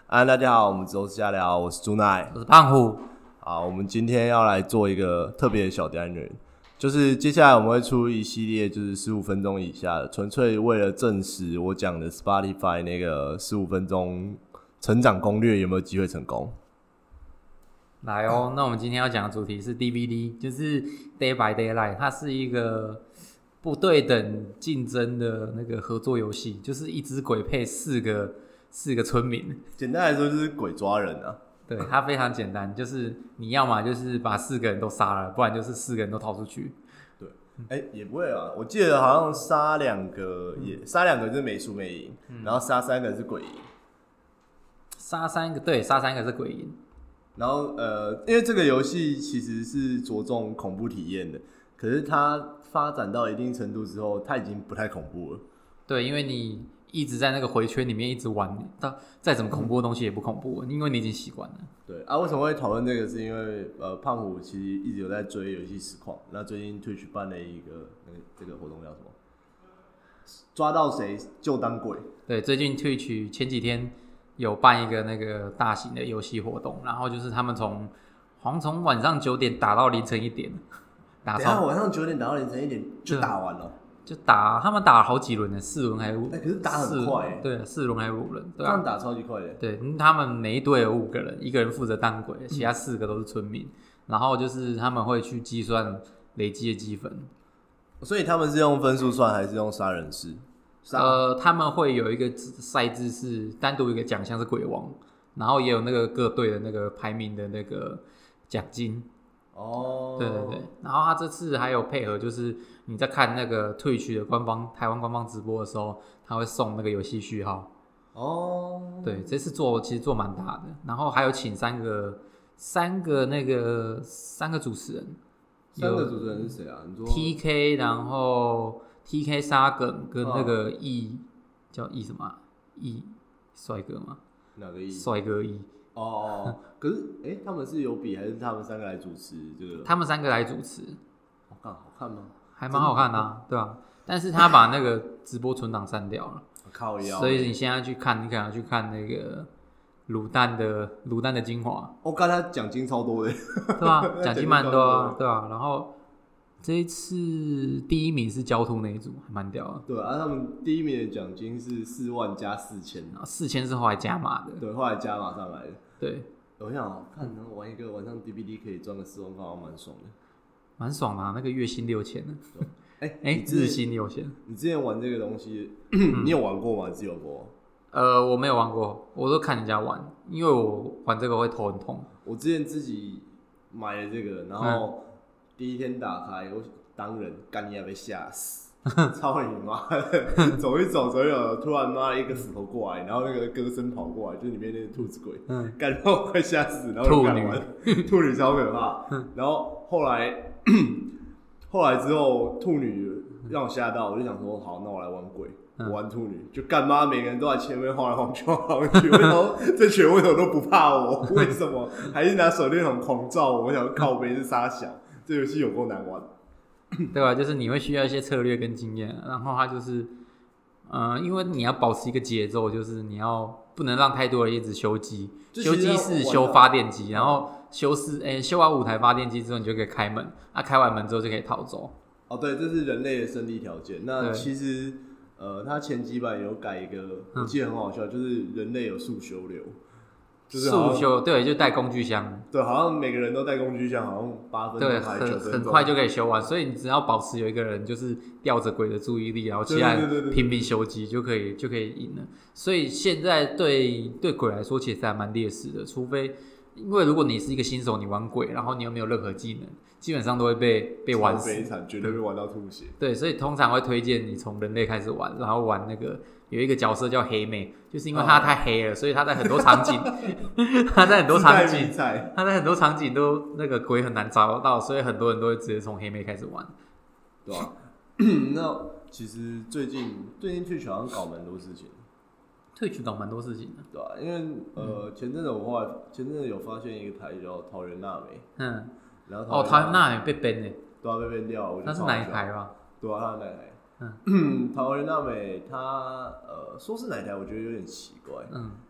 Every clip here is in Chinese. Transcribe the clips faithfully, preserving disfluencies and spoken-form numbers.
啊，大家好，我们周四瞎聊，我是朱奈， 我是胖虎。 好，我们今天要来做一个特别的小单元，就是接下来我们会出一系列，就是十五分钟以下的，纯粹为了证实我讲的 Spotify 那个十五分钟成长攻略有没有机会成功。 来哦，那我们今天要讲的主题是 D V D， 就是 Day by Daylight， 它是一个不对等竞争的那个合作游戏，就是一只鬼配四个四个村民。简单来说就是鬼抓人啊。 对，它非常简单，就是你要嘛就是把四个人都杀了，不然就是四个人都逃出去。 对，哎、欸，也不会啊，我记得好像杀两个也杀两个是没输没赢、嗯，然后杀三个是鬼赢。 杀三个对，杀三个是鬼赢。 然后呃，因为这个游戏其实是着重恐怖体验的，可是它发展到一定程度之后，它已经不太恐怖了。 对，因为你一直在那个回圈里面一直玩，到再怎么恐怖的东西也不恐怖，因为你已经习惯了。 对啊，为什么会讨论这个？是因为呃，胖虎其实一直有在追游戏实况，那最近 Twitch 办了一个那个这个活动叫什么？抓到谁就当鬼。 对，最近 Twitch 前几天有办一个那个大型的游戏活动，然后就是他们从好像从晚上九点打到凌晨一点，打等一下晚上九点打到凌晨一点就打完了。 就打，他们打了好几轮呢，四轮还是五？ 哎、欸，可是打很快哎。 对，四轮还是五轮？对、啊， 这样打超级快的。 对，他们每一队有五个人，一个人负责当鬼，其他四个都是村民。嗯、然后就是他们会去计算累积的积分。 所以他们是用分数算，还是用杀人式？ 呃，他们会有一个赛制是单独一个奖项是鬼王，然后也有那个各队的那个排名的那个奖金。哦，对对对，然后他这次还有配合，就是你在看那个Twitch的官方台湾官方直播的时候，他会送那个游戏序号。哦，对，这次做其实做蛮大的，然后还有请三个三个那个三个主持人， 三个主持人是谁啊？你说 T K， 然后 T K 沙梗跟那个 E、哦、叫 E 什么 E 帅哥吗？ 哪个 E？ 帅哥 E。 哦，可是哎、欸，他们是有比还是他们三个来主持这个？ 他们三个来主持， 好看好看吗？ 还蛮好看的、啊，对啊。但是他把那个直播存档删掉了， 靠腰。 所以你现在去看，你可能要去看那个卤蛋的卤蛋的精华。 我看他奖金超多的， 对啊，奖金蛮多啊，对啊。然后这一次第一名是焦兔那一组，还蛮屌的。 对啊，他们第一名的奖金是四万加四千， 四千是后来加码的， 对，后来加码上来的。 对， 我想看，玩一个晚上 D V D 可以赚个四万块，蛮爽的， 蛮爽的、啊。那个月薪六千呢， 哎哎、欸，日薪六千。 你之前玩这个东西，你有玩过吗？自由国？ 呃，我没有玩过，我都看人家玩，因为我玩这个会头很痛。 我之前自己买了这个，然后第一天打开，我当人干你要被吓死。操你妈的！走一走，走一走，突然妈一个斧头过来，然后那个歌声跑过来，就是里面那个兔子鬼，嗯，干到我快吓死，然后就干完，兔女超可怕。然后后来，后来之后，兔女让我吓到，我就想说，好，那我来玩鬼，我玩兔女，就干妈每个人都在前面晃来晃去，晃来晃去，为什么这群为什么都不怕我？为什么还是拿手电筒狂照我？我想靠北是傻小，这游戏有够难玩。 对吧？就是你会需要一些策略跟经验，然后它就是，嗯、呃，因为你要保持一个节奏，就是你要不能让太多人一直修机，修机是修发电机，然后修是诶、欸、修完五台发电机之后，你就可以开门，啊，开完门之后就可以逃走。 哦，对，这是人类的生理条件。那其实呃，它前几版有改一个，我记得很好笑，嗯、就是人类有速修流。就是速修，对，就带工具箱， 对，好像每个人都带工具箱，好像八分钟还九分钟， 很快就可以修完。所以你只要保持有一个人就是吊着鬼的注意力，然后其他人拼命修机，就可以就可以赢了。所以现在对对鬼来说，其实还蛮劣势的，除非因为如果你是一个新手，你玩鬼，然后你又没有任何技能，基本上都会被被玩死， 非常绝对被玩到吐血。 对，所以通常会推荐你从人类开始玩，然后玩那个。有一个角色叫黑妹，就是因为她太黑了，所以她在很多场景，她在很多场景，她在很多场景都那个鬼很难找到，所以很多人都会直接从黑妹开始玩， 对吧、啊？那其实最近最近Twitch好像搞蛮多事情 ，Twitch搞蛮多事情的， 对吧、啊？因为呃前阵子我后来前阵子有发现一个台叫桃园娜美，嗯，然后哦桃园娜美被 ban 了， 对啊被 ban 掉，我那是哪一台吧？ 对啊，他是哪一台？嗯，桃园娜美她呃说是哪一台，我觉得有点奇怪。嗯，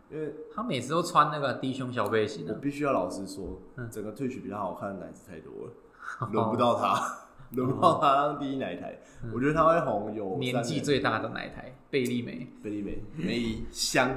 因为他每次都穿那个低胸小背心、啊。 我必须要老实说，嗯、整个Twitch比较好看的奶子太多了，轮不到他。轮不到他当第一奶台，嗯、我觉得他会红有年纪最大的奶台贝利美， 贝利美美香，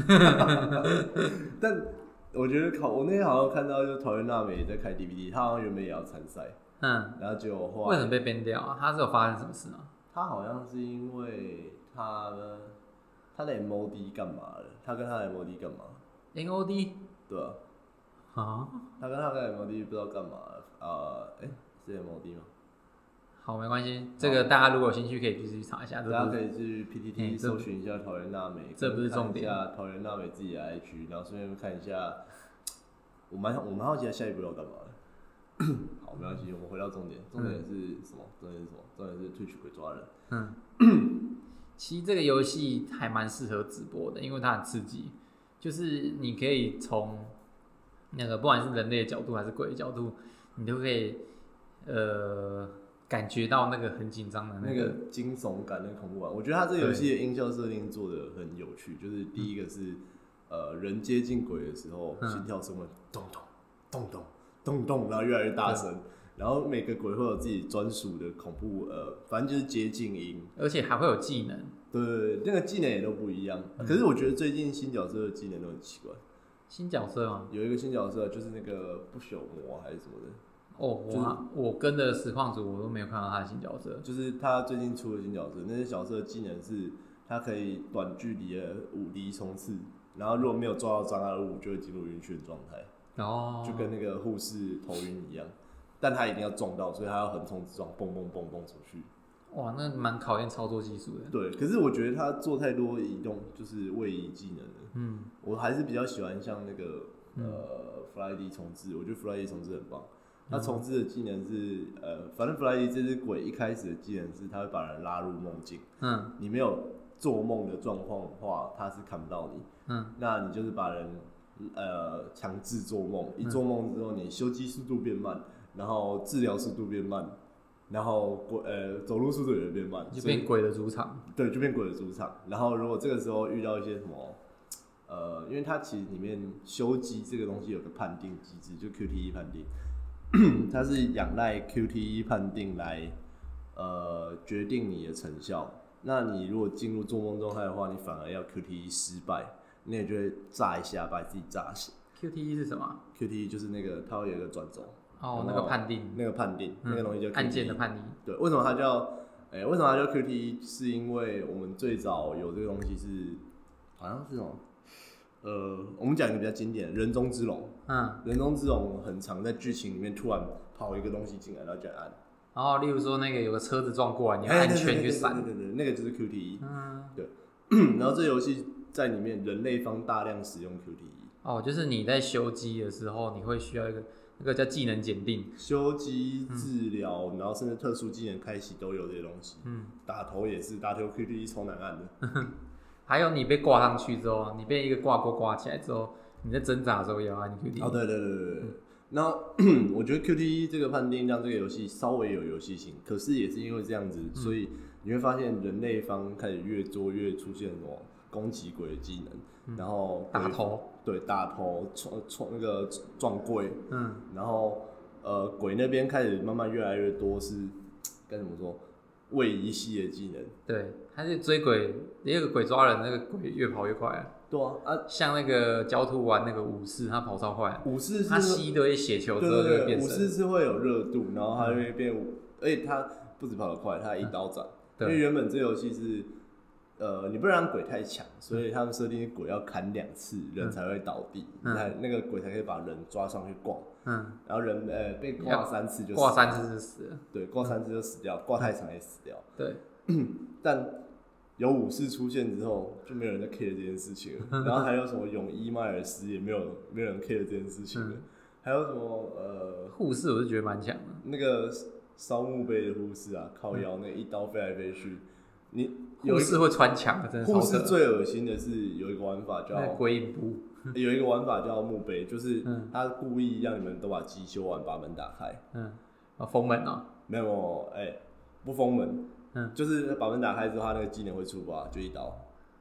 但我觉得考我那天好像看到，就桃园娜美在开 D V D， 他好像原本也要参赛，嗯，然后结果后来为什么被 ban 掉啊？他是有发生什么事吗？ 他好像是因为他他的 M O D 干嘛了？他跟他的 M O D 干嘛 ？M O D 对啊，啊，他跟他的 M O D 不知道干嘛了，呃，哎、欸，是 M O D 吗？ 好，没关系。这个大家如果有兴趣，可以继续查一下。 大家可以去 P T T 搜寻一下桃园娜美， 这不是重点。 看一下桃园娜美自己的 I G， 然后顺便看一下，我蛮我蛮好奇他下一步要干嘛的。好，没关系，我们回到重点。重点是什么？重点是什么？重点是退取鬼抓人。 嗯，其实这个游戏还蛮适合直播的，因为它很刺激。就是你可以从那个不管是人类的角度还是鬼的角度，你都可以呃。感觉到那个很紧张的、那个、 那个惊悚感、那个恐怖感，我觉得他这个游戏的音效设定做的很有趣。就是第一个是，呃，人接近鬼的时候，心跳声会咚咚咚咚咚咚，然后越来越大声。然后每个鬼会有自己专属的恐怖，呃，反正就是接近音， 而且还会有技能。 对对对，那个技能也都不一样。嗯、可是我觉得最近新角色的技能都很奇怪。 新角色吗？ 有一个新角色就是那个不朽魔还是什么的。 哦，我、就是、我跟的实况组我都没有看到他的新角色， 就是他最近出的新角色，那些角色的技能是他可以短距离的五厘冲刺，然后如果没有抓到障碍物，就会进入晕眩状态，哦，就跟那个护士头晕一样，但他一定要撞到，所以他要横冲直撞，蹦蹦蹦蹦出去。 哇，那蛮考验操作技术的。 对，可是我觉得他做太多移动，就是位移技能了。嗯，我还是比较喜欢像那个、嗯、呃 Fly D 重置，我觉得 Fly D 重置很棒。他重置的技能是，呃，反正弗莱迪这只鬼一开始的技能是，他会把人拉入梦境。嗯，你没有做梦的状况的话，他是看不到你。嗯，那你就是把人，呃，强制做梦。一做梦之后，你修机速度变慢，然后治疗速度变慢，然后鬼，呃，走路速度也会变慢， 就变鬼的主场。 对，就变鬼的主场。然后如果这个时候遇到一些什么，呃，因为它其实里面修机这个东西有个判定机制，就 Q T E 判定。它是仰赖 Q T E 判定来，呃，决定你的成效。那你如果进入做梦状态的话，你反而要 Q T E 失败，你也就会炸一下，把自己炸醒。 Q T E 是什么 ？Q T E 就是那个它会有一个转轴。 哦，那个判定。 那个判定，嗯、那个东西叫 Q T E, 按键的判定。 对，为什么它叫？哎、欸，为什么它叫 Q T E？ 是因为我们最早有这个东西是，好像是什么？呃，我们讲一个比较经典的人中之龙，嗯，人中之龙很常在剧情里面突然跑一个东西进来，然后就按。 然后，例如说那个有个车子撞过来，你要按圈去闪。 对对对，那个就是 Q T E。嗯，对。然后这游戏在里面，人类方大量使用 Q T E。 哦，就是你在修机的时候，你会需要一个那个叫技能检定。 修机、治疗，嗯、然后甚至特殊技能开启都有这些东西。嗯，打头也是，打头 Q T E 超难按的。 还有你被挂上去之后，你被一个挂钩挂起来之后，你在挣扎的时候也要按 Q T E。 哦，对对对对对。嗯、然后我觉得 Q T E 这个判定让这个游戏稍微有游戏性，可是也是因为这样子，嗯、所以你会发现人类方开始越做越出现什么攻击鬼的技能，嗯、然后打头， 对，打头撞撞那个撞柜，嗯，然后呃鬼那边开始慢慢越来越多是该怎么说？位移系的技能， 对，他是追鬼，一个鬼抓人，那个鬼越跑越快啊。 对啊，啊， 像那个焦兔玩那个武士，他跑超快。 武士是他吸一堆血球之后就会变神。 武士是会有热度，然后他就会变，嗯、而且他不止跑得快，他还一刀斩。嗯、因为原本这游戏是，呃，你不能让鬼太强，所以他们设定鬼要砍两次人才会倒地，嗯、才那个鬼才可以把人抓上去挂。嗯，然后人呃被挂三次就死挂三次就死了， 对，挂三次就死掉，挂太长也死掉。 对， 但有武士出现之后，就没有人在 care 这件事情了。然后还有什么泳衣迈尔斯也没有没有人 care 这件事情了。嗯、还有什么呃护士，我是觉得蛮强的。 那个烧墓碑的护士啊，靠腰那一刀飞来飞去，你护士会穿墙的，真的。 护士最恶心的是有一个玩法叫鬼影步。 有一个玩法叫墓碑，就是他故意让你们都把机修完，把门打开。 嗯，啊，封门啊？ 没有，哎、欸，不封门。嗯，就是把门打开之后，他那个技能会触发，就一刀。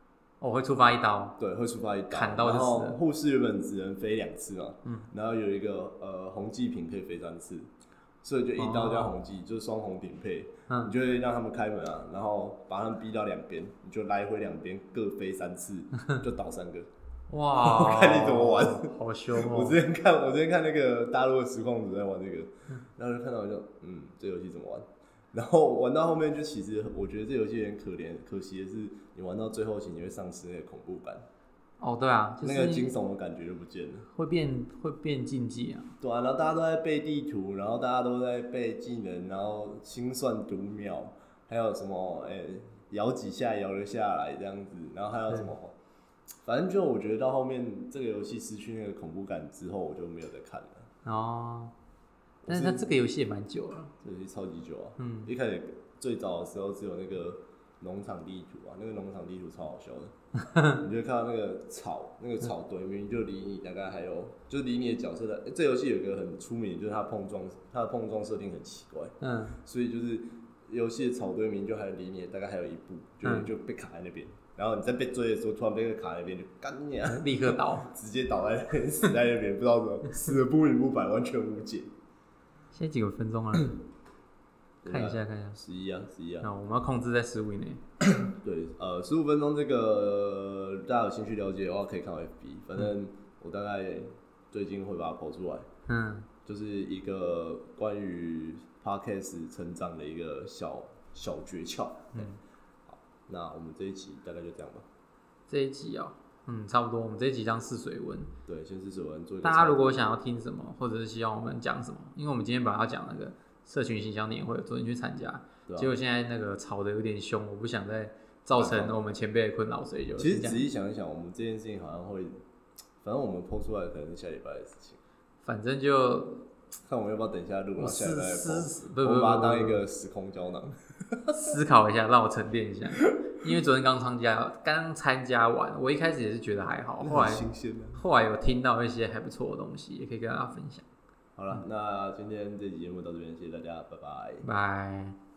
哦，会触发一刀， 对，会触发一刀， 砍到就死了。 然后护士原本只能飞两次嘛，嗯，然后有一个呃红祭品可以飞三次，所以就一刀加红祭，哦、就是双红顶配，嗯，你就会让他们开门啊，然后把他们逼到两边，你就来回两边各飞三次，就倒三个。哇！我看你怎么玩， 好凶哦！ 我之前看，我之前看那个大陆的实况组在玩这个，然后就看到我就嗯，这游戏怎么玩？然后玩到后面就其实我觉得这游戏有点可怜，可惜的是你玩到最后期你会丧失那个恐怖感。 哦，对啊，就是、 那个惊悚的感觉就不见了， 会变会变竞技啊。 对啊，然后大家都在背地图，然后大家都在背技能，然后心算读秒，还有什么哎、欸、摇几下摇了下来这样子，然后还有什么，反正就我觉得到后面这个游戏失去那个恐怖感之后，我就没有再看了。哦。 但是它这个游戏也蛮久了， 这游戏超级久啊！嗯，一开始最早的时候只有那个农场地图啊，那个农场地图超好笑的，你就会看到那个草，那个草堆明明就离你大概还有，就是离你的角色的。欸、这游戏有一个很出名，就是它碰撞，它的碰撞设定很奇怪，嗯，所以就是游戏的草堆明明就还离你大概还有一步，就、嗯、就被卡在那边。然后你在被追的时候，突然被卡在那边，就干你啊！ 立刻倒， 直接倒在那边，死在那边，不知道怎么死的不明不白，完全无解。 现在几个分钟啊？看一下，看一下， 十一啊，十一啊。 那我们要控制在十五以内。 对，呃，十五分钟这个大家有兴趣了解的话，可以看我 F B。反正我大概最近会把它 po 出来。嗯。就是一个关于 podcast 成长的一个小小诀窍。嗯。好，那我们这一集大概就这样吧。 这一集啊、喔。嗯，差不多。我们这一集当试水温， 对，先试水温做一个。 大家如果想要听什么，或者是希望我们讲什么，因为我们今天本来要讲那个社群行销年会，昨天去参加，啊、结果现在那个吵得有点凶，我不想再造成我们前辈的困扰，所以就其实仔细想一想，我们这件事情好像会，反正我们po出来可能是下礼拜的事情， 反正就看我们要不要等一下录，然后下礼拜再po，我们把它当一个时空胶囊。 思考一下，让我沉淀一下。因为昨天刚参加，刚参加完，我一开始也是觉得还好，后来后来有听到一些还不错的东西，也可以跟大家分享。 好了，那今天这期节目到这边，谢谢大家，拜拜。 拜。